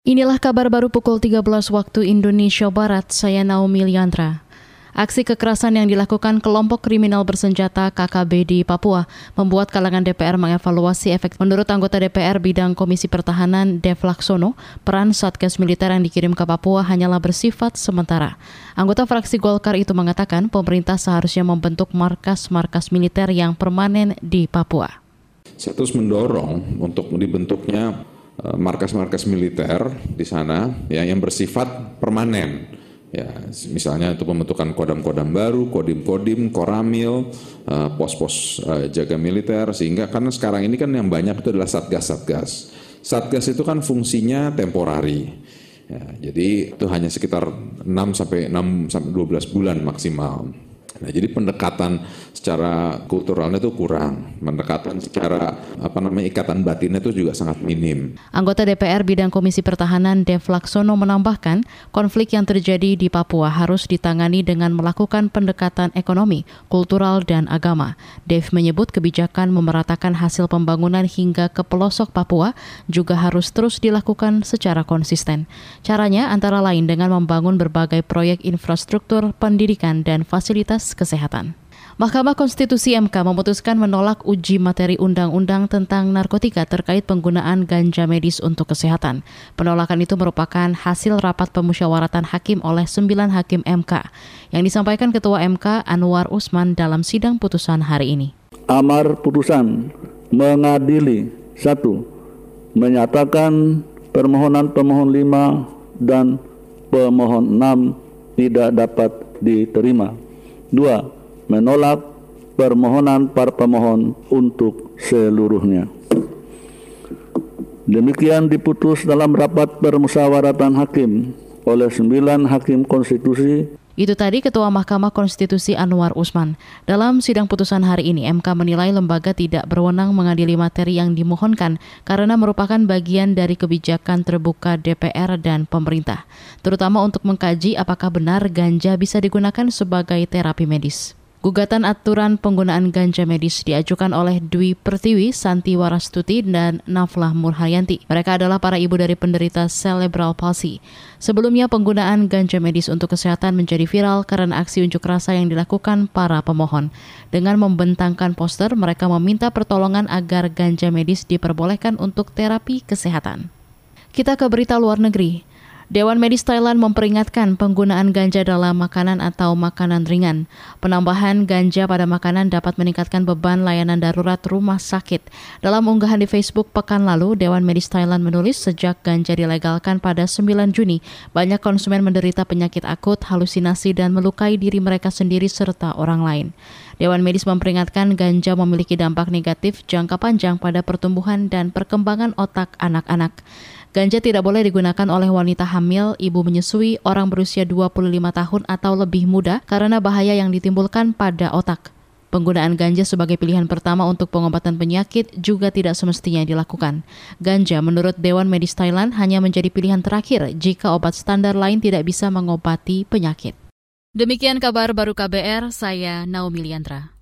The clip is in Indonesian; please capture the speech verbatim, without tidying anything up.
Inilah kabar baru pukul tiga belas waktu Indonesia Barat, saya Naomi Liandra. Aksi kekerasan yang dilakukan kelompok kriminal bersenjata K K B di Papua membuat kalangan D P R mengevaluasi efek. Menurut anggota D P R bidang Komisi Pertahanan Dev Laksono, peran Satgas Militer yang dikirim ke Papua hanyalah bersifat sementara. Anggota fraksi Golkar itu mengatakan pemerintah seharusnya membentuk markas-markas militer yang permanen di Papua. Saya terus mendorong untuk dibentuknya markas-markas militer di sana ya yang bersifat permanen. Ya, misalnya untuk pembentukan kodam-kodam baru, kodim-kodim, koramil, uh, pos-pos uh, jaga militer, sehingga karena sekarang ini kan yang banyak itu adalah satgas-satgas. Satgas itu kan fungsinya temporari. Ya, jadi itu hanya sekitar enam sampai dua belas bulan maksimal. Nah, jadi pendekatan secara kulturalnya itu kurang, pendekatan secara apa namanya ikatan batinnya itu juga sangat minim. Anggota D P R bidang Komisi Pertahanan Dev Laksono menambahkan, konflik yang terjadi di Papua harus ditangani dengan melakukan pendekatan ekonomi, kultural, dan agama. Dev menyebut kebijakan memeratakan hasil pembangunan hingga ke pelosok Papua juga harus terus dilakukan secara konsisten. Caranya antara lain dengan membangun berbagai proyek infrastruktur, pendidikan, dan fasilitas kesehatan. Mahkamah Konstitusi M K memutuskan menolak uji materi undang-undang tentang narkotika terkait penggunaan ganja medis untuk kesehatan. Penolakan itu merupakan hasil rapat pemusyawaratan hakim oleh sembilan hakim M K yang disampaikan Ketua M K Anwar Usman dalam sidang putusan hari ini. Amar putusan mengadili satu, menyatakan permohonan pemohon lima dan pemohon enam tidak dapat diterima. Dua, menolak permohonan para pemohon untuk seluruhnya. Demikian diputus dalam rapat permusyawaratan hakim oleh sembilan hakim konstitusi. Itu tadi Ketua Mahkamah Konstitusi Anwar Usman. Dalam sidang putusan hari ini, M K menilai lembaga tidak berwenang mengadili materi yang dimohonkan karena merupakan bagian dari kebijakan terbuka D P R dan pemerintah, terutama untuk mengkaji apakah benar ganja bisa digunakan sebagai terapi medis. Gugatan aturan penggunaan ganja medis diajukan oleh Dwi Pertiwi, Santi Warastuti, dan Naflah Murhayanti. Mereka adalah para ibu dari penderita cerebral palsy. Sebelumnya penggunaan ganja medis untuk kesehatan menjadi viral karena aksi unjuk rasa yang dilakukan para pemohon. Dengan membentangkan poster, mereka meminta pertolongan agar ganja medis diperbolehkan untuk terapi kesehatan. Kita ke berita luar negeri. Dewan Medis Thailand memperingatkan penggunaan ganja dalam makanan atau makanan ringan. Penambahan ganja pada makanan dapat meningkatkan beban layanan darurat rumah sakit. Dalam unggahan di Facebook pekan lalu, Dewan Medis Thailand menulis sejak ganja dilegalkan pada sembilan Juni, banyak konsumen menderita penyakit akut, halusinasi, dan melukai diri mereka sendiri serta orang lain. Dewan Medis memperingatkan ganja memiliki dampak negatif jangka panjang pada pertumbuhan dan perkembangan otak anak-anak. Ganja tidak boleh digunakan oleh wanita hamil, ibu menyusui, orang berusia dua puluh lima tahun atau lebih muda karena bahaya yang ditimbulkan pada otak. Penggunaan ganja sebagai pilihan pertama untuk pengobatan penyakit juga tidak semestinya dilakukan. Ganja menurut Dewan Medis Thailand hanya menjadi pilihan terakhir jika obat standar lain tidak bisa mengobati penyakit. Demikian kabar baru K B R, saya Naomi Liandra.